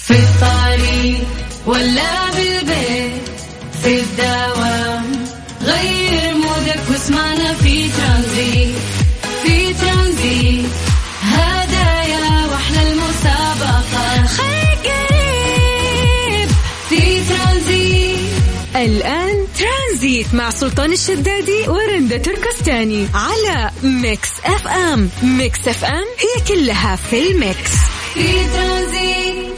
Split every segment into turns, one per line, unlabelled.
في الطريق ولا بالبيت في الدوام غير مودك واسمعنا في ترانزيت. في ترانزيت هدايا واحلى المسابقة خليك قريب في ترانزيت.
الآن ترانزيت مع سلطان الشدادي ورندا تركستاني على ميكس اف ام. ميكس اف ام هي كلها في الميكس.
في ترانزيت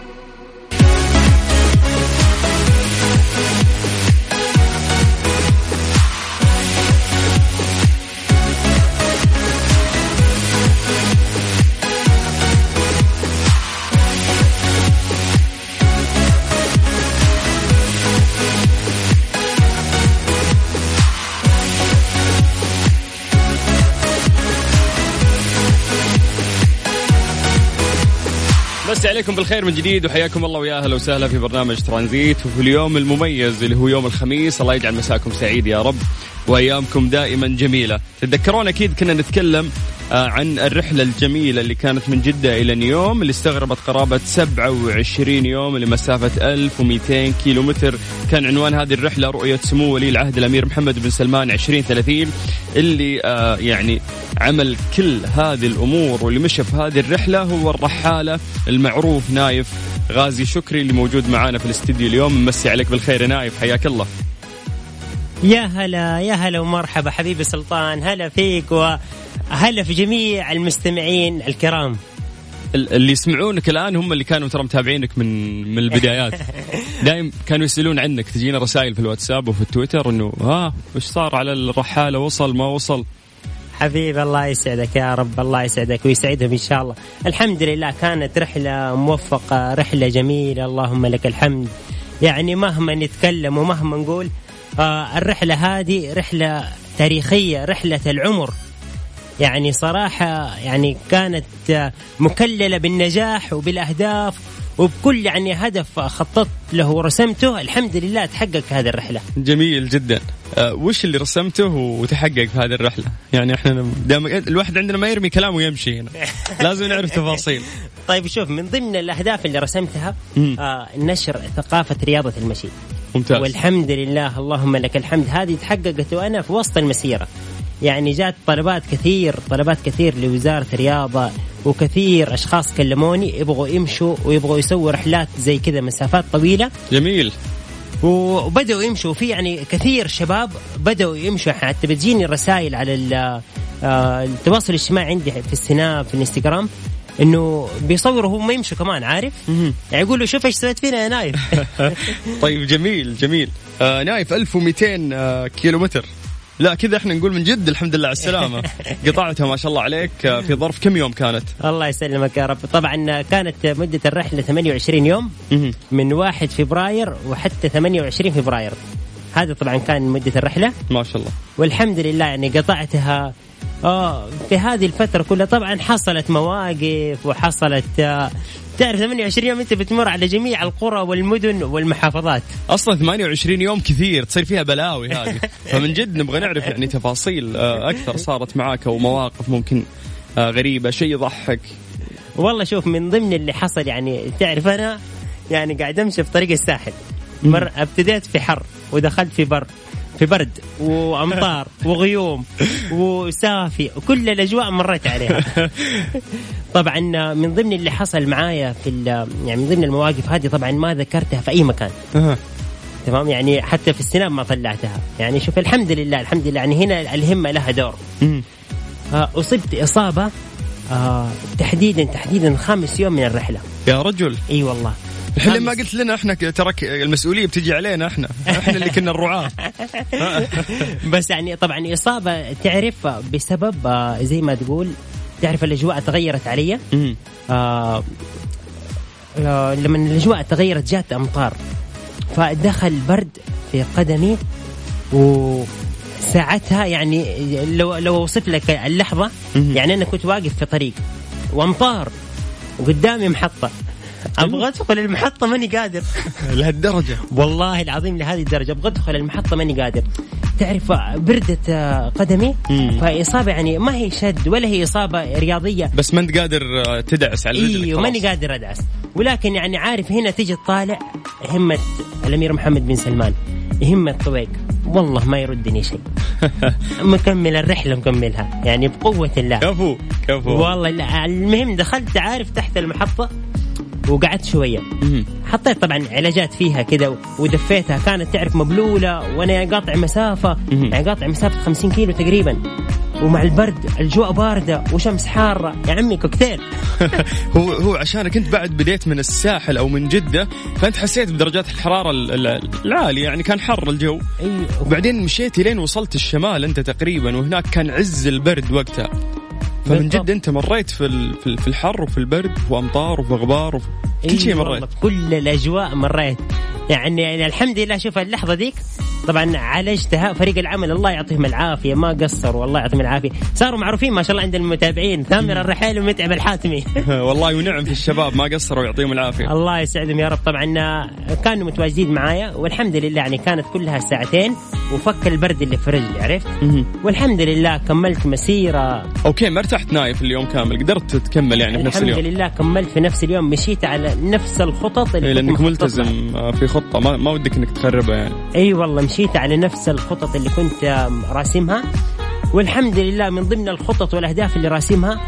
مسي عليكم بالخير من جديد وحياكم الله ويا أهلا وسهلا في برنامج ترانزيت وفي اليوم المميز اللي هو يوم الخميس. الله يجعل مساكم سعيد يا رب وأيامكم دائما جميلة. تتذكرون أكيد كنا نتكلم عن الرحلة الجميلة اللي كانت من جدة إلى نيوم اللي استغربت قرابة 27 يوم لمسافة 1200 كيلومتر. كان عنوان هذه الرحلة رؤية سمو ولي العهد الأمير محمد بن سلمان 2030 اللي يعني عمل كل هذه الأمور واللي مشى في هذه الرحلة هو الرحالة المعروف نايف غازي شكري اللي موجود معانا في الاستديو اليوم. مسي عليك بالخير يا نايف، حياك الله.
يا هلا يا هلا ومرحبا حبيبي سلطان، هلا فيك وهلا في جميع المستمعين الكرام.
اللي يسمعونك الآن هم اللي كانوا ترى متابعينك من البدايات. دائما كانوا يسألون عنك، تجينا رسائل في الواتساب وفي التويتر إنه وش صار على الرحالة، وصل ما وصل.
حبيبي الله يسعدك يا رب، الله يسعدك ويسعدهم إن شاء الله. الحمد لله كانت رحلة موفقة، رحلة جميلة، اللهم لك الحمد. يعني مهما نتكلم ومهما نقول الرحلة هذه رحلة تاريخية، رحلة العمر. يعني صراحة يعني كانت مكللة بالنجاح وبالأهداف وبكل يعني هدف خططت له ورسمته، الحمد لله تحقق هذه الرحلة.
جميل جدا. وش اللي رسمته وتحقق في هذه الرحلة؟ يعني احنا الواحد عندنا ما يرمي كلامه ويمشي هنا، لازم نعرف تفاصيل.
طيب شوف، من ضمن الأهداف اللي رسمتها نشر ثقافة رياضة المشي.
ممتاز.
والحمد لله اللهم لك الحمد هذه تحققت وأنا في وسط المسيرة. يعني جات طلبات كثير لوزارة الرياضة، وكثير أشخاص كلموني يبغوا يمشوا ويبغوا يسووا رحلات زي كذا مسافات طويلة.
جميل.
وبدأوا يمشوا في يعني كثير شباب بدأوا يمشوا، حتى بتجيني الرسائل على التواصل الاجتماعي عندي في السناب في الانستغرام إنه بيصوروا هم يمشوا كمان، عارف؟ يعني يقولوا شوف إيش سويت فينا يا نايف.
طيب جميل. نايف 1200 كيلومتر، لا كذا احنا نقول من جد الحمد لله على السلامة. قطعتها ما شاء الله عليك في ظرف كم يوم كانت؟
الله يسلمك يا رب. طبعا كانت مدة الرحلة 28 يوم من 1 فبراير وحتى 28 فبراير. هذا طبعا كان مدة الرحلة
ما شاء الله.
والحمد لله يعني قطعتها في هذه الفترة كلها. طبعا حصلت مواقف وحصلت تعرف 28 يوم أنت بتمر على جميع القرى والمدن والمحافظات.
أصلا 28 يوم كثير تصير فيها بلاوي هذه. فمن جد نبغى نعرف يعني تفاصيل أكثر صارت معاك ومواقف ممكن غريبة، شيء يضحك.
والله شوف، من ضمن اللي حصل يعني تعرف أنا يعني قاعد أمشي في طريق الساحل، ابتديت في حر ودخلت في برد وأمطار وغيوم وسافي وكل الأجواء مريت عليها. طبعا من ضمن اللي حصل معايا يعني من ضمن المواقف هذه طبعا ما ذكرتها في أي مكان. تمام، يعني حتى في السناب ما طلعتها. يعني شوف الحمد لله يعني هنا الهمة لها دور. أصبت إصابة تحديدا 5 يوم من الرحلة.
يا رجل.
اي والله.
الحين ما قلت لنا احنا ترك المسؤولية بتجي علينا احنا اللي كنا الرعاة.
بس يعني طبعا إصابة تعرف بسبب زي ما تقول، تعرف الأجواء تغيرت علي. لما الأجواء تغيرت جات أمطار، فدخل برد في قدمي، وساعتها يعني لو وصف لك اللحظة، يعني أنا كنت واقف في طريق وأمطار وقدامي محطة، أبغى أدخل المحطة ماني قادر.
لهالدرجة؟
والله العظيم لهذه الدرجة أبغى أدخل المحطة ماني قادر. تعرف بردت قدمي، فإصابة يعني ما هي شد ولا هي إصابة رياضية،
بس ما أنت قادر تدعس على رجلك.
إيه ماني قادر أدعس، ولكن يعني عارف هنا تيجي تطالع همة الأمير محمد بن سلمان، همة طويق والله ما يردني شيء. مكمل الرحلة مكملها يعني بقوة الله.
كفو
والله لا. المهم دخلت عارف تحت المحطة وقعدت شوية، حطيت طبعا علاجات فيها كده ودفيتها، كانت تعرف مبلولة وأنا قاطع مسافة يعني قاطع مسافة 50 كيلو تقريبا، ومع البرد الجو باردة وشمس حارة يا عمي كوكتيل.
هو عشانك انت بعد بديت من الساحل او من جدة، فانت حسيت بدرجات الحرارة العالية، يعني كان حر الجو. وبعدين مشيت لين وصلت الشمال انت تقريبا، وهناك كان عز البرد وقتها، فمن جد انت مريت في الحر وفي البرد وامطار وفي غبار كل شيء مريت،
كل الاجواء مريت يعني الحمد لله. شوف اللحظة ديك طبعا عالجتها، فريق العمل الله يعطيهم العافية ما قصروا، والله يعطيهم العافية، صاروا معروفين ما شاء الله عند المتابعين، ثامر الرحيل ومتعب الحاتمي.
والله ونعم في الشباب ما قصروا يعطيهم العافية.
الله يسعدهم يا رب. طبعا كانوا متواجدين معايا والحمد لله، يعني كانت كلها ساعتين وفك البرد اللي في رجلي عرفت، والحمد لله كملت مسيرة.
اوكي ما ارتحت نايف اليوم كامل، قدرت تكمل يعني في نفس اليوم؟
الحمد لله كملت في نفس اليوم، مشيت على نفس الخطط اللي
لانك ملتزم في خطة ما ودك انك تخربها يعني.
اي والله مشيت على نفس الخطط اللي كنت راسمها، والحمد لله من ضمن الخطط والاهداف اللي راسمها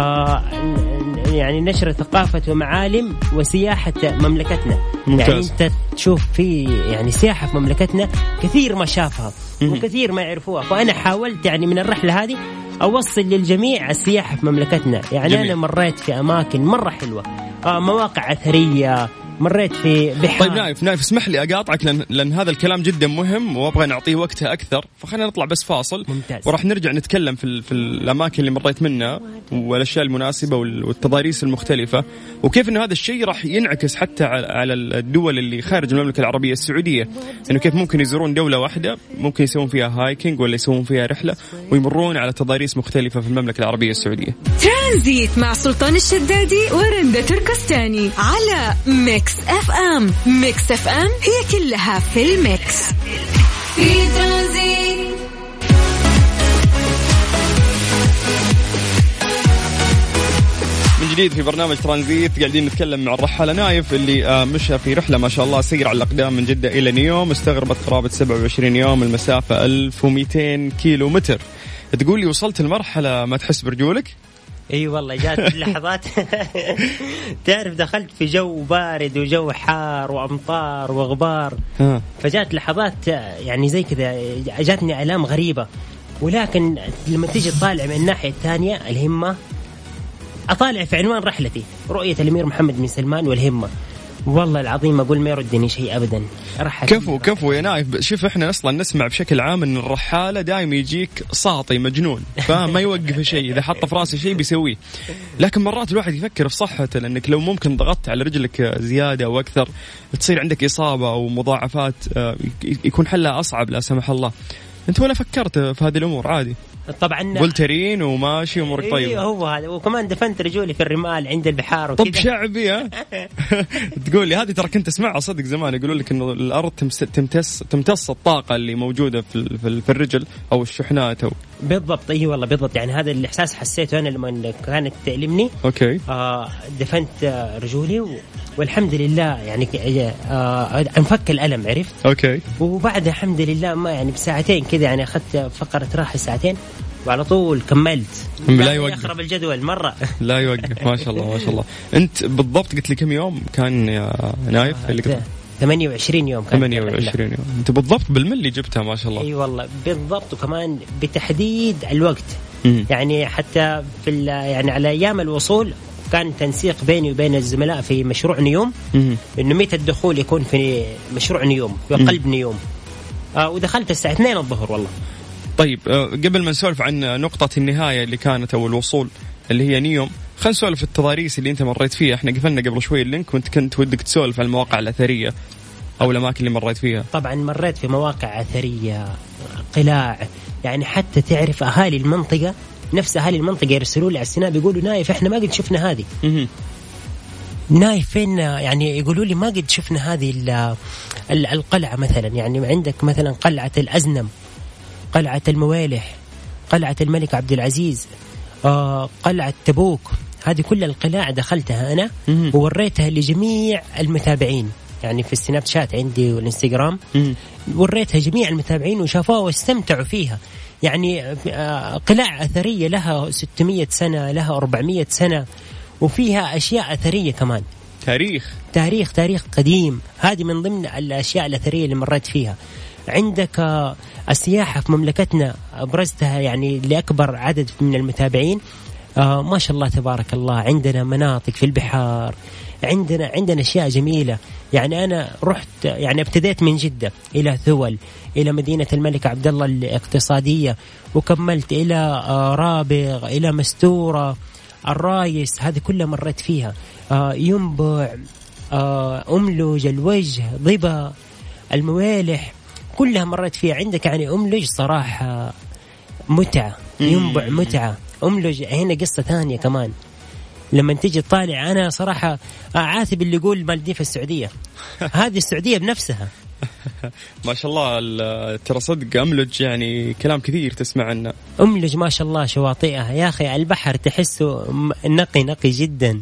يعني نشر ثقافة ومعالم وسياحة مملكتنا.
ممتاز.
يعني انت تشوف في يعني سياحة في مملكتنا كثير ما شافها وكثير ما يعرفوها، فأنا حاولت يعني من الرحلة هذه أوصل للجميع السياحة في مملكتنا. يعني جميل. أنا مريت في أماكن مرة حلوة، مواقع أثرية، مريت في بحار.
طيب نايف اسمح لي أقاطعك لأن هذا الكلام جدا مهم وأبغى نعطيه وقتها أكثر، فخلينا نطلع بس فاصل.
ممتاز.
وراح نرجع نتكلم في الأماكن اللي مريت منها والأشياء المناسبة والتضاريس المختلفة، وكيف إنه هذا الشيء راح ينعكس حتى على الدول اللي خارج المملكة العربية السعودية، إنه كيف ممكن يزورون دولة واحدة ممكن يسوون فيها هايكينج ولا يسوون فيها رحلة ويمرون على تضاريس مختلفة في المملكة العربية السعودية.
ترانزيت مع سلطان الشدادي ورندا تركستاني على ميكس اف ام. ميكس اف ام هي كلها في الميكس.
في ترانزيت
من جديد في برنامج ترانزيت، قاعدين نتكلم مع الرحالة نايف اللي مشى في رحلة ما شاء الله سير على الأقدام من جدة إلى نيوم، استغربت قرابة 27 يوم، المسافة 1200 كيلو متر. تقول لي وصلت المرحلة ما تحس برجولك؟
اي والله جات لحظات تعرف دخلت في جو بارد وجو حار وامطار وغبار، فجات لحظات يعني زي كذا جاتني آلام غريبة، ولكن لما تيجي تطالع من الناحية الثانية الهمة، أطالع في عنوان رحلتي رؤية الأمير محمد بن سلمان والهمة، والله العظيم أقول ما يردني شيء أبدا.
كفو يا نايف. شوف احنا اصلا نسمع بشكل عام ان الرحالة دائما يجيك ساطي مجنون، فما يوقف شيء، اذا حط في راسه شيء بيسويه، لكن مرات الواحد يفكر في صحته، لانك لو ممكن ضغطت على رجلك زيادة او اكثر تصير عندك اصابة او مضاعفات يكون حلها اصعب لا سمح الله. انت ولا فكرت في هذه الامور؟ عادي
طبعا
قلترين وماشي وامورك طيبه.
إيه هو هذا، وكمان دفنت رجولي في الرمال عند البحار وكذا.
طب شعبي ها. تقول لي هذه ترى كنت اسمعها صدق زمان، يقولوا لك انه الارض تمتص الطاقه اللي موجوده في الرجل او الشحنات او
بالضبط. اي والله بالضبط، يعني هذا الاحساس حسيته انا لما كانت تألمني.
اوكي.
دفنت رجولي والحمد لله يعني انفك الالم عرفت.
اوكي.
وبعدها الحمد لله ما يعني بساعتين كذا يعني اخذت فقره راحه ساعتين وعلى طول كملت.
لا يوقف،
يخرب الجدول مرة.
لا يوقف. ما شاء الله ما شاء الله. أنت بالضبط قلت لي كم يوم كان يا نايف؟ اللي قلت
28 يوم.
28 يوم. أنت بالضبط بالملي جبتها ما شاء الله.
أي والله بالضبط، وكمان بتحديد الوقت. يعني حتى في يعني على أيام الوصول كان تنسيق بيني وبين الزملاء في مشروع نيوم إنه متى الدخول يكون في مشروع نيوم في قلب نيوم. ودخلت الساعة 2 الظهر والله.
طيب قبل ما نسولف عن نقطة النهاية اللي كانت أو الوصول اللي هي نيوم، خلينا نسولف التضاريس اللي أنت مريت فيها. إحنا قفلنا قبل شوي اللينك وأنت كنت ودك تسولف عن المواقع الأثرية أو الأماكن اللي مريت فيها.
طبعا مريت في مواقع أثرية، قلاع، يعني حتى تعرف أهالي المنطقة نفس أهالي المنطقة يرسلوا لي على السناب يقولوا نايف إحنا ما قد شفنا هذه. نايف فين؟ يعني يقولوا لي ما قد شفنا هذه القلعة مثلا. يعني عندك مثلا قلعة الأزنم قلعة الموالح، قلعة الملك عبد العزيز، قلعة تبوك. هذه كل القلاع دخلتها أنا ووريتها لجميع المتابعين، يعني في السناب شات عندي والإنستغرام وريتها جميع المتابعين وشافوها واستمتعوا فيها. يعني قلاع أثرية لها 600 سنة، لها 400 سنة، وفيها أشياء أثرية كمان، تاريخ قديم. هذه من ضمن الأشياء الأثرية اللي مريت فيها. عندك السياحة في مملكتنا أبرزتها يعني لأكبر عدد من المتابعين. ما شاء الله تبارك الله، عندنا مناطق في البحار، عندنا أشياء جميلة. يعني أنا رحت، يعني ابتديت من جدة إلى ثول، إلى مدينة الملك عبد الله الاقتصادية، وكملت إلى رابغ، إلى مستورة، الرايس، هذه كلها مريت فيها. ينبع، أملج، الوجه، ضبا، الموالح، كلها مريت فيها. عندك يعني أملج صراحة متعة، ينبع متعة، أملج هنا قصة ثانية كمان. لما تيجي تطالع، أنا صراحة عاتب اللي يقول مالديف السعودية، هذه السعودية بنفسها.
ما شاء الله، ترى صدق أملج يعني كلام كثير تسمع عنه.
أملج ما شاء الله شواطئها يا أخي، البحر تحسه نقي جدا.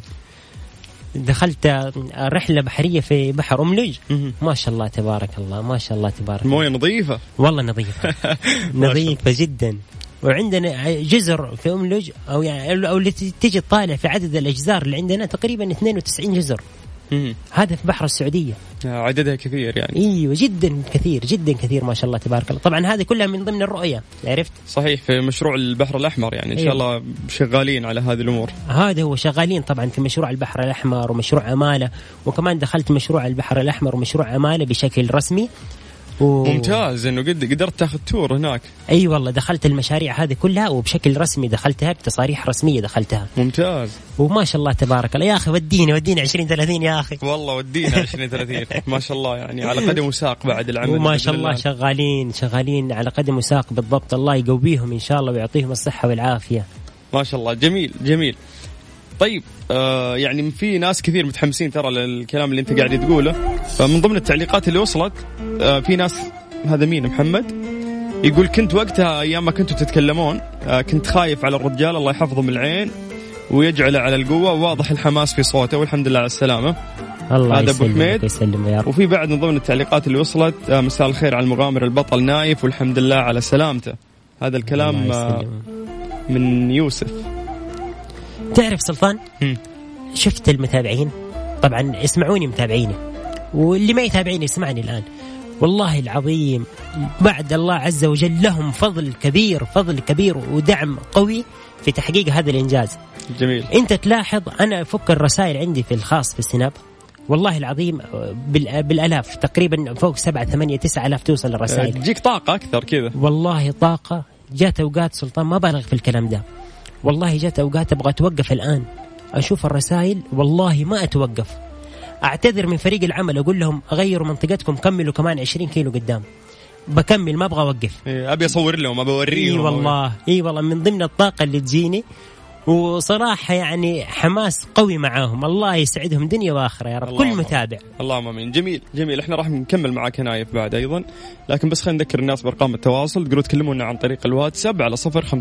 دخلت رحلة بحرية في بحر أملج، ما شاء الله تبارك الله، ما شاء الله تبارك الله،
الموية نظيفة
والله، نظيفة نظيفة جدا. وعندنا جزر في أملج، أو يعني أو اللي تيجي تطالع في عدد الأجزار اللي عندنا تقريبا 92 جزر. هذا في بحر السعودية،
عددها كثير يعني.
ايوه جدا كثير ما شاء الله تبارك الله. طبعا هذه كلها من ضمن الرؤية، عرفت؟
صحيح، في مشروع البحر الأحمر يعني إن شاء الله شغالين على هذه الأمور.
هذا هو شغالين طبعا في مشروع البحر الأحمر ومشروع أمالة، وكمان دخلت مشروع البحر الأحمر ومشروع أمالة بشكل رسمي.
ممتاز انه قدرت تاخذ تور هناك.
اي والله، دخلت المشاريع هذه كلها وبشكل رسمي، دخلتها بتصاريح رسميه دخلتها.
ممتاز،
وما شاء الله تبارك الله. يا اخي ودينا 20-30 يا اخي،
والله ودينا 20-30 ما شاء الله، يعني على قدم وساق بعد العمل.
وما شاء الله شغالين على قدم وساق بالضبط. الله يقويهم ان شاء الله ويعطيهم الصحه والعافيه.
ما شاء الله، جميل. طيب يعني في ناس كثير متحمسين ترى للكلام اللي انت قاعد تقوله. فمن ضمن التعليقات اللي وصلت في ناس، هذا مين؟ محمد يقول كنت وقتها ايام ما كنتوا تتكلمون كنت خايف على الرجال، الله يحفظه من العين ويجعله على القوة، واضح الحماس في صوته والحمد لله على السلامة.
الله
هذا ابو حميد.
يسلم يا رب.
وفي بعد من ضمن التعليقات اللي وصلت مساء الخير على المغامر البطل نايف والحمد لله على سلامته. هذا الكلام من يوسف.
تعرف سلطان، شفت المتابعين طبعا، اسمعوني متابعيني، واللي ما يتابعيني يسمعني الآن. والله العظيم بعد الله عز وجل لهم فضل كبير ودعم قوي في تحقيق هذا الإنجاز.
جميل.
انت تلاحظ أنا أفك الرسائل عندي في الخاص في السناب، والله العظيم بالآلاف، تقريبا فوق 7-8-9 آلاف توصل الرسائل.
تجيك طاقة أكثر كذا،
والله طاقة. جات أوقات سلطان ما بالغ في الكلام ده، والله جات أوقات أبغى أتوقف الآن أشوف الرسائل، والله ما أتوقف. أعتذر من فريق العمل، أقول لهم أغيروا منطقتكم، كملوا كمان 20 كيلو قدام، بكمل ما أبغى أوقف.
أبي أصور لهم، أبي أوريهم.
إي والله من ضمن الطاقة اللي تجيني، وصراحة يعني حماس قوي معاهم. الله يسعدهم دنيا وآخرة يا رب، كل متابع. اللهم
آمين. جميل. إحنا راح نكمل معاك نايف بعد أيضا، لكن بس خلينا نذكر الناس بأرقام التواصل. تقدروا تكلمونا عن طريق الواتساب على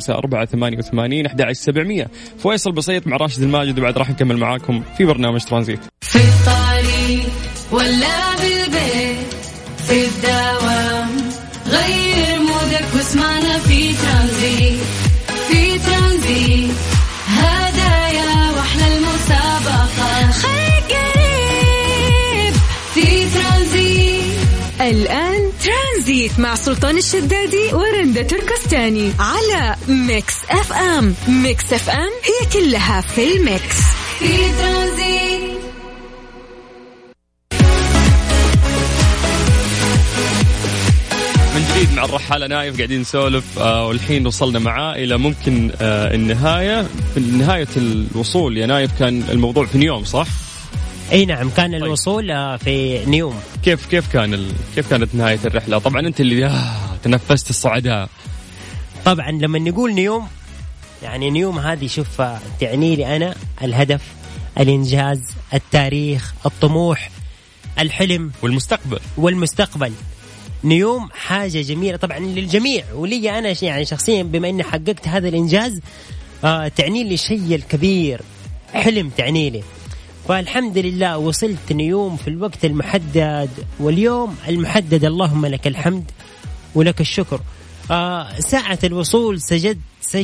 0548811700. فيصل بسيط مع راشد الماجد، وبعد راح نكمل معاكم في برنامج ترانزيت.
في الطريق ولا بالبيت، في الدوام غير مودك واسمعنا في ترانزيت. في ترانزيت هدايا واحلى المسابقة، خليك قريب في ترانزيت.
الآن ترانزيت مع سلطان الشدادي ورندا تركستاني على ميكس اف ام. ميكس اف ام هي كلها في الميكس.
في ترانزيت
من جديد مع الرحالة نايف، قاعدين نسولف والحين وصلنا معاه إلى ممكن النهاية. في نهاية الوصول يا نايف كان الموضوع في نيوم، صح؟
أي نعم، كان الوصول في نيوم.
كيف كانت نهاية الرحلة؟ طبعا أنت اللي تنفست الصعداء.
طبعا لما نقول نيوم، يعني نيوم هذه شوف تعني لي أنا الهدف، الإنجاز، التاريخ، الطموح، الحلم
والمستقبل.
نيوم حاجة جميلة طبعا للجميع، ولي أنا يعني شخصيا بما أني حققت هذا الإنجاز تعني لي شيء الكبير، حلم تعني لي. فالحمد لله وصلت نيوم في الوقت المحدد واليوم المحدد، اللهم لك الحمد ولك الشكر. ساعة الوصول سجدت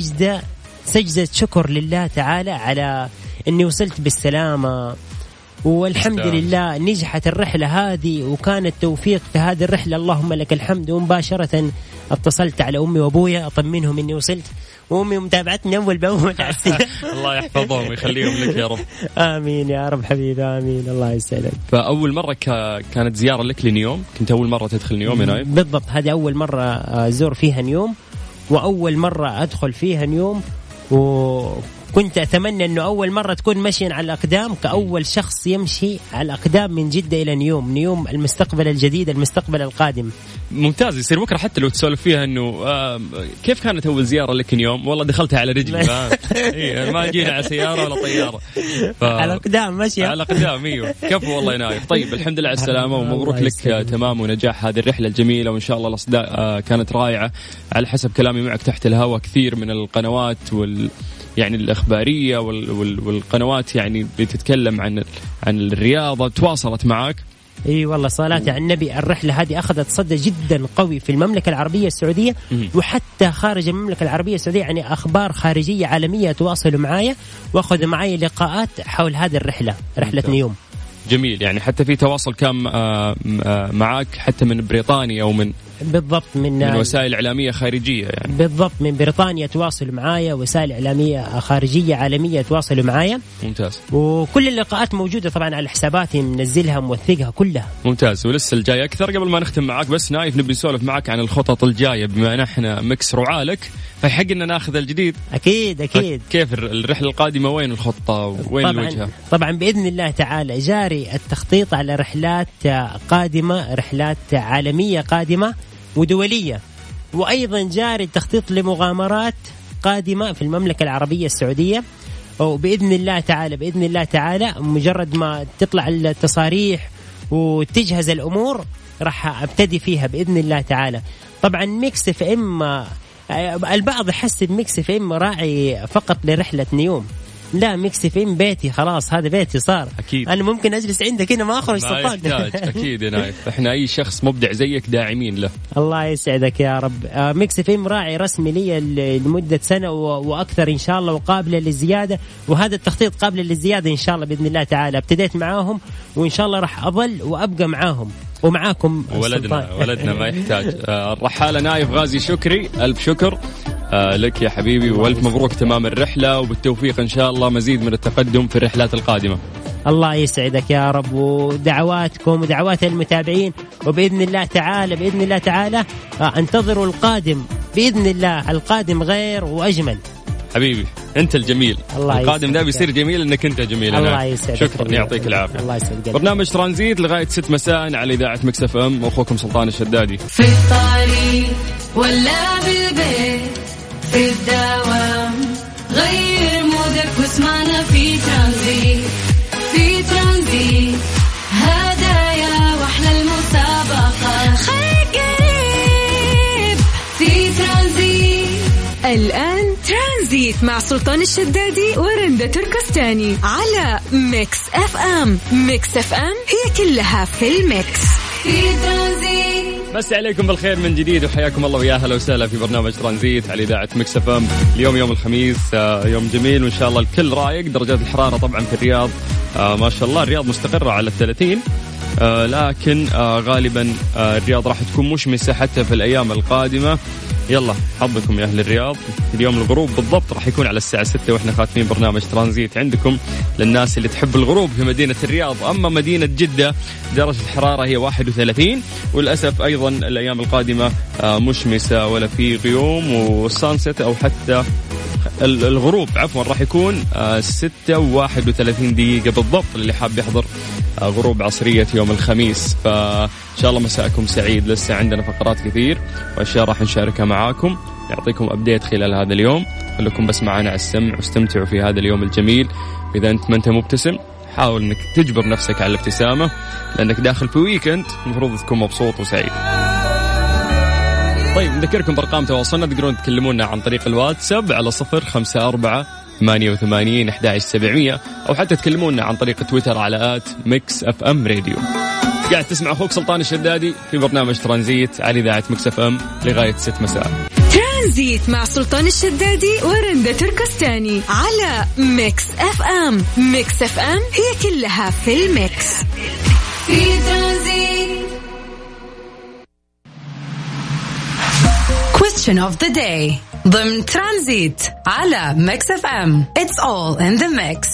سجدة شكر لله تعالى على أني وصلت بالسلامة، والحمد لله نجحت الرحلة هذه وكان التوفيق في هذه الرحلة، اللهم لك الحمد. ومباشرة اتصلت على أمي وأبويا أطمنهم أني وصلت، وأمي متابعتني أول بأول.
الله يحفظهم ويخليهم لك يا رب.
آمين يا رب حبيبي، آمين، الله يسعدك.
فأول مرة كانت زيارة لك لنيوم، كنت أول مرة تدخل نيوم يا نايف؟
بالضبط، هذه أول مرة أزور فيها نيوم، وأول مرة أدخل فيها نيوم، وكنت أتمنى أنه أول مرة تكون مشيا على الأقدام، كأول شخص يمشي على الأقدام من جدة إلى نيوم المستقبل الجديد، المستقبل القادم.
ممتاز. يصير بكرة حتى لو تسولف فيها أنه كيف كانت أول زيارة لك نيوم؟ والله دخلتها على رجلي. ما جينا على سيارة ولا طيارة،
على الأقدام ماشية
على الأقدام. أيوه كفو والله يا نايف. طيب الحمد لله على السلامة، ومبروك لك تمام ونجاح هذه الرحلة الجميلة، وإن شاء الله الأصداء كانت رائعة على حسب كلامي معك تحت الهواء. كثير من القنوات يعني الإخبارية والقنوات يعني بتتكلم عن الرياضة تواصلت معك.
اي والله صلاة على النبي، الرحلة هذه أخذت صدى جدا قوي في المملكة العربية السعودية وحتى خارج المملكة العربية السعودية، يعني أخبار خارجية عالمية تواصلوا معايا وأخذوا معايا لقاءات حول هذه الرحلة نيوم.
جميل. يعني حتى في تواصل كان معك حتى من بريطانيا ومن
بالضبط من
وسائل إعلامية خارجية يعني.
بالضبط من بريطانيا تواصلوا معايا، وسائل إعلامية خارجية عالمية تواصلوا معايا.
ممتاز.
وكل اللقاءات موجودة طبعا على حساباتي، منزلها موثقها كلها.
ممتاز. ولسه الجاي أكثر. قبل ما نختم معك بس نايف، نبي نسولف معك عن الخطط الجاية، بما نحن مكس رعالك فيحق إننا ناخذ الجديد.
أكيد.
كيف الرحلة القادمة؟ وين الخطة وين الوجهة؟
طبعا بإذن الله تعالى جاري التخطيط على رحلات قادمة، رحلات عالمية قادمة ودولية، وأيضا جاري التخطيط لمغامرات قادمة في المملكة العربية السعودية. وبإذن الله تعالى مجرد ما تطلع التصاريح وتجهز الأمور راح أبتدي فيها بإذن الله تعالى. طبعا ميكس اف ام، البعض يحسب ميكس اف ام راعي فقط لرحلة نيوم، لا، ميكس اف ام بيتي، خلاص هذا بيتي صار.
أكيد.
أنا ممكن أجلس عندك هنا ما أخرج
ما يحتاج. أكيد يا نايف، إحنا أي شخص مبدع زيك داعمين له. الله
يسعدك يا رب. ميكس اف ام راعي رسمي لي لمدة سنة وأكثر إن شاء الله، وقابلة للزيادة، وهذا التخطيط قابل للزيادة إن شاء الله بإذن الله تعالى. ابتديت معاهم وإن شاء الله راح أظل وأبقى معاهم ومعاكم.
ولدنا ما يحتاج. الرحالة نايف غازي شكري، ألف شكر لك يا حبيبي، والف مبروك تمام الرحلة، وبالتوفيق إن شاء الله مزيد من التقدم في الرحلات القادمة.
الله يسعدك يا رب، ودعواتكم ودعوات المتابعين، وبإذن الله تعالى انتظروا القادم بإذن الله، القادم غير وأجمل.
حبيبي أنت الجميل، القادم ده بيصير جميل إنك أنت جميل.
الله يسعدك.
شكرا، يعطيك العافية.
الله يسعدك.
برنامج ترانزيت لغاية 6 مساء على إذاعة مكس اف ام، وأخوكم سلطان الشدادي.
في الطريق ولا بالبيت، في الدوام غير مودك واسمعنا في ترانزيت. في ترانزيت هدايا واحلى المسابقة، خليك قريب في ترانزيت.
الآن ترانزيت مع سلطان الشدادي ورندا تركستاني على ميكس اف ام. ميكس اف ام هي كلها في الميكس.
في ترانزيت.
بس عليكم بالخير من جديد، وحياكم الله ويا اهلا وسهلا في برنامج ترانزيت على إذاعة مكس اف ام. اليوم يوم الخميس، يوم جميل وإن شاء الله الكل رايق. درجات الحرارة طبعا في الرياض ما شاء الله الرياض مستقرة على 30، لكن غالبا الرياض راح تكون مشمسة حتى في الأيام القادمة. يلا حظكم يا أهل الرياض. اليوم الغروب بالضبط راح يكون على الساعة 6 وإحنا خاتمين برنامج ترانزيت عندكم للناس اللي تحب الغروب في مدينة الرياض. أما مدينة جدة درجة الحرارة هي 31، وللأسف أيضا الأيام القادمة مشمسة ولا في غيوم، والسانست أو حتى الغروب عفوا راح يكون 6:31 دقيقة بالضبط اللي حاب يحضر غروب عصرية يوم الخميس. فإن شاء الله مساءكم سعيد. لسه عندنا فقرات كثير وأشياء راح نشاركها معاكم، نعطيكم أبديت خلال هذا اليوم. خليكم بس معنا على السمع واستمتعوا في هذا اليوم الجميل. إذا أنت ما أنت مبتسم حاول أنك تجبر نفسك على الابتسامة، لأنك داخل في ويكند المفروض تكون مبسوط وسعيد. طيب نذكركم بأرقام تواصلنا، تقدرون تكلمونا عن طريق الواتساب على 0548811700 أو حتى تكلمونا عن طريق تويتر على @mixfmradio. قاعد تسمع أخوك سلطان الشدادي في برنامج ترانزيت على إذاعة ميكس اف ام لغاية 6 مساء.
ترانزيت مع سلطان الشدادي ورندا تركستاني على ميكس اف ام. ميكس اف ام هي كلها في الميكس.
في ترانزيت.
Question of the day ضمن ترانزيت على ميكس اف ام. It's all in the mix.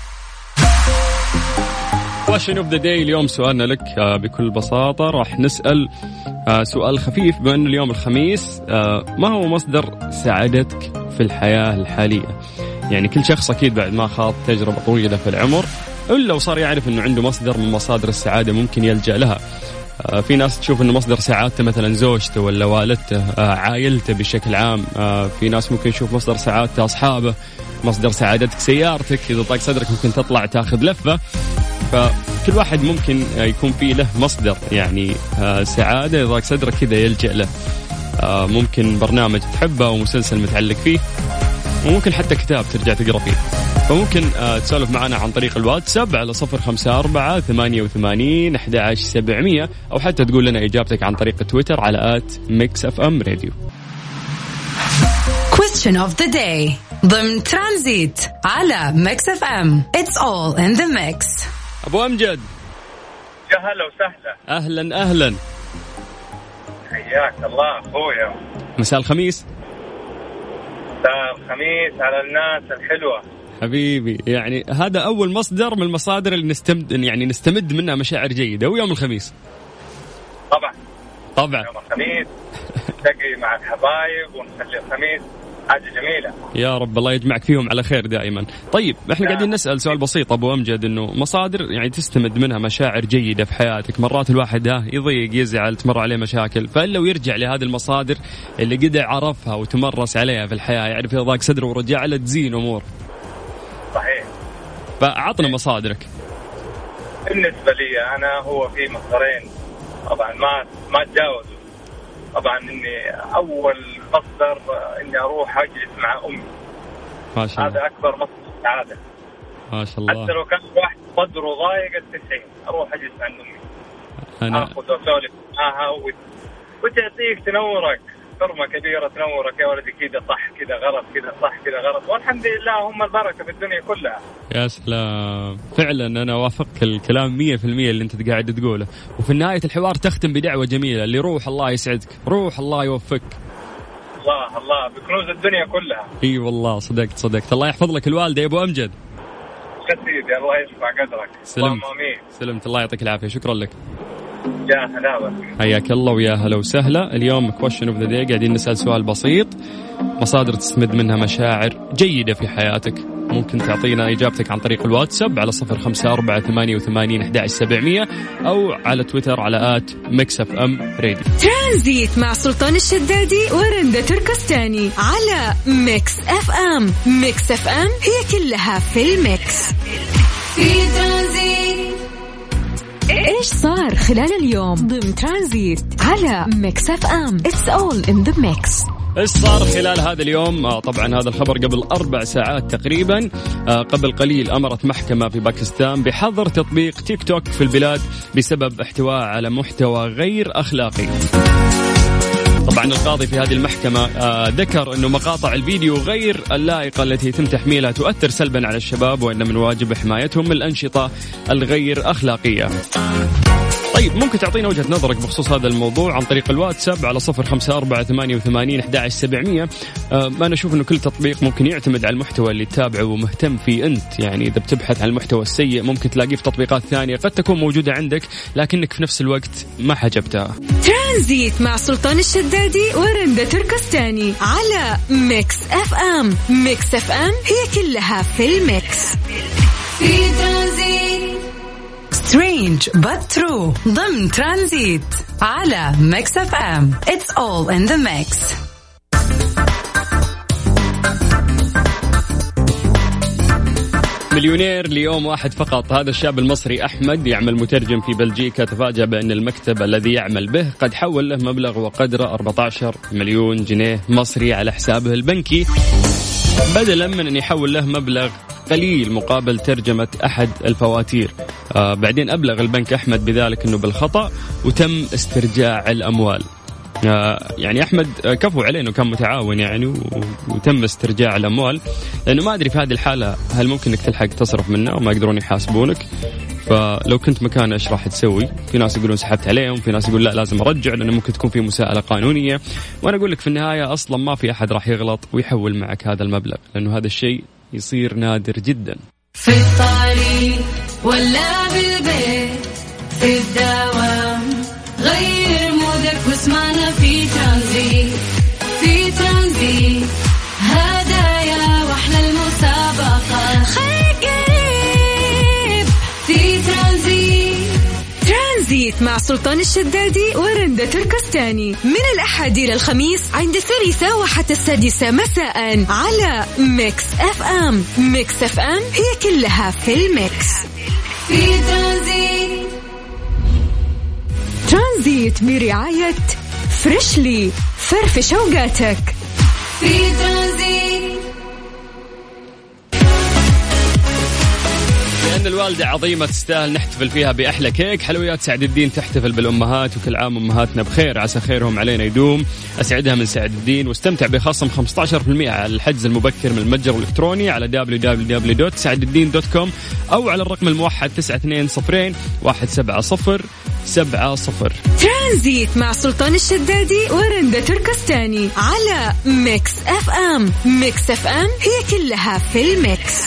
Question of the day اليوم سؤالنا لك بكل بساطة راح نسأل سؤال خفيف، بما أنه اليوم الخميس. ما هو مصدر سعادتك في الحياة الحالية؟ يعني كل شخص أكيد بعد ما خاض تجربة طويلة في العمر إلا وصار يعرف أنه عنده مصدر من مصادر السعادة ممكن يلجأ لها. في ناس تشوف أنه مصدر سعادته مثلا زوجته ولا والدته، عائلته بشكل عام. في ناس ممكن يشوف مصدر سعادته أصحابه، مصدر سعادتك سيارتك، إذا ضاق صدرك ممكن تطلع تاخذ لفة. فكل واحد ممكن يكون فيه له مصدر يعني سعادة ضاق صدرك كذا يلجأ له. ممكن برنامج تحبه أو مسلسل متعلق فيه، وممكن حتى كتاب ترجع تقرأ فيه. فممكن تسولف معنا عن طريق الواتساب على 0548811700 أو حتى تقول لنا إجابتك عن طريق تويتر على @mixfmradio.
Question of the day ضمن ترانزيت على ميكس اف ام. It's all in the mix.
أبو أمجد،
يا هلا وسهلا.
أهلا أهلا،
حياك الله أخويا.
مساء الخميس.
مساء الخميس على الناس الحلوة
حبيبي. يعني هذا أول مصدر من المصادر اللي نستمد منها مشاعر جيدة، ويوم الخميس طبعا
يوم الخميس نلتقي مع الحبايب ونخلي الخميس حاجة جميلة.
يا رب الله يجمعك فيهم على خير دائما. طيب احنا قاعدين نسأل سؤال بسيط أبو أمجد، إنه مصادر يعني تستمد منها مشاعر جيدة في حياتك. مرات الواحد يضيق يزعل تمر عليه مشاكل، فإلا ويرجع لهذه المصادر اللي قد عرفها وتمرس عليها في الحياة، يعرف إذا ضاق صدره ورجع له تزين أمور.
صحيح.
فأعطنا مصادرك.
بالنسبة لي أنا هو في مصدرين طبعا ما تجاوزوا. طبعا إني أول مصدر إني أروح أجلس مع أمي.
ما شاء الله.
هذا أكبر مصدر سعادة.
ما شاء الله.
حتى لو كان واحد صدره ضايق 90 أروح أجلس عند أمي. أنا أخذ وأسولف معها وتعطيك تنورك فرمة كبيرة تنورك. يا ولدي كذا صح كذا غلط كذا صح كذا غلط، والحمد لله هم البركة في الدنيا كلها.
يا سلام، فعلا أنا وافقك الكلام 100% اللي أنت قاعد تقوله. وفي نهاية الحوار تختم بدعوة جميلة اللي روح الله يسعدك، روح الله يوفقك.
الله بكنوز الدنيا كلها.
اي والله صدقت. الله يحفظ لك الوالدة يا ابو امجد.
سيدي الله يرفع قدرك.
سلمت. الله يعطيك العافية، شكرا لك.
يا هلا
حياك الله ويا هلا وسهلا. اليوم question of the day قاعدين نسأل سؤال بسيط، مصادر تستمد منها مشاعر جيدة في حياتك. ممكن تعطينا إجابتك عن طريق الواتساب على 0548811700 أو على تويتر على @mixfmradio.
ترانزيت مع سلطان الشدادي ورندا تركستاني على ميكس اف ام. ميكس اف ام هي كلها في الميكس.
في ترانزيت.
ايش صار خلال اليوم ضمن ترانزيت على ميكس اف ام. It's all in the mix.
إيش صار خلال هذا اليوم؟ طبعا هذا الخبر قبل 4 ساعات تقريبا. قبل قليل أمرت محكمة في باكستان بحظر تطبيق تيك توك في البلاد بسبب احتواء على محتوى غير أخلاقي. طبعا القاضي في هذه المحكمة ذكر أنه مقاطع الفيديو غير اللائقة التي يتم تحميلها تؤثر سلبا على الشباب، وأن من واجب حمايتهم من الأنشطة الغير أخلاقية. طيب ممكن تعطينا وجهة نظرك بخصوص هذا الموضوع عن طريق الواتساب على 0548811700. أنا أشوف أنه كل تطبيق ممكن يعتمد على المحتوى اللي تتابعه ومهتم فيه أنت. يعني إذا بتبحث عن المحتوى السيء ممكن تلاقيه في تطبيقات ثانية قد تكون موجودة عندك لكنك في نفس الوقت ما حجبتها.
ترانزيت مع سلطان الشدادي ورندا تركستاني على ميكس اف ام. ميكس اف ام هي كلها في الميكس.
في ترانزيت.
Strange but true ضمن ترانزيت على ميكس اف ام. It's all in the mix.
مليونير ليوم واحد فقط. هذا الشاب المصري أحمد يعمل مترجم في بلجيكا تفاجأ بأن المكتب الذي يعمل به قد حول له مبلغ وقدره 14 مليون جنيه مصري على حسابه البنكي، بدلا من أن يحول له مبلغ قليل مقابل ترجمة أحد الفواتير. بعدين أبلغ البنك أحمد بذلك أنه بالخطأ وتم استرجاع الأموال. يعني أحمد كفو عليه أنه كان متعاون يعني وتم استرجاع الأموال، لأنه ما أدري في هذه الحالة هل ممكن أنك تلحق تصرف منه وما يقدرون يحاسبونك. فلو كنت مكانه إيش راح تسوي؟ في ناس يقولون سحبت عليهم، في ناس يقول لا لازم أرجع لأنه ممكن تكون في مساءلة قانونية. وأنا أقول لك في النهاية أصلا ما في أحد راح يغلط ويحول معك هذا المبلغ، لأنه هذا الشيء يصير نادر جدا.
في الطريق ولا بالبيت في الدوام غير مودك واسمعنا في ترانزيت. في ترانزيت هدايا واحلى المسابقة خليك قريب في
ترانزيت مع سلطان الشدادي ورندة تركستاني من الأحد إلى الخميس عند 3 وحتى 6 مساء على ميكس اف ام. ميكس اف ام هي كلها في الميكس.
في
ترانزيت برعاية فريشلي فرفش اوقاتك.
في ترانزيت
لأن الوالدة عظيمة تستاهل نحتفل فيها بأحلى كيك. حلويات سعد الدين تحتفل بالأمهات، وكل عام أمهاتنا بخير، عسى خيرهم علينا يدوم. أسعدها من سعد الدين، واستمتع بخصم 15% على الحجز المبكر من المتجر الإلكتروني على www.سعدالدين.com أو على الرقم الموحد 92017070.
ترانزيت مع سلطان الشدادي ورندة تركستاني على ميكس اف ام. ميكس اف ام هي كلها في الميكس.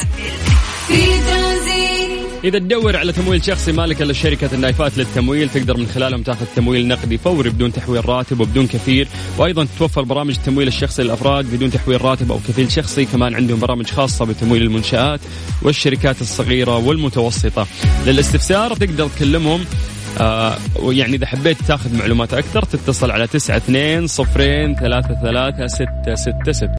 إذا تدور على تمويل شخصي مالك إلا شركة النايفات للتمويل، تقدر من خلالهم تاخذ تمويل نقدي فوري بدون تحويل راتب وبدون كفيل، وأيضا تتوفر برامج التمويل الشخصي للأفراد بدون تحويل راتب أو كفيل شخصي. كمان عندهم برامج خاصة بتمويل المنشآت والشركات الصغيرة والمتوسطة. للاستفسار تقدر تكلمهم، يعني إذا حبيت تاخذ معلومات أكثر تتصل على 92 03 3 6 6 6.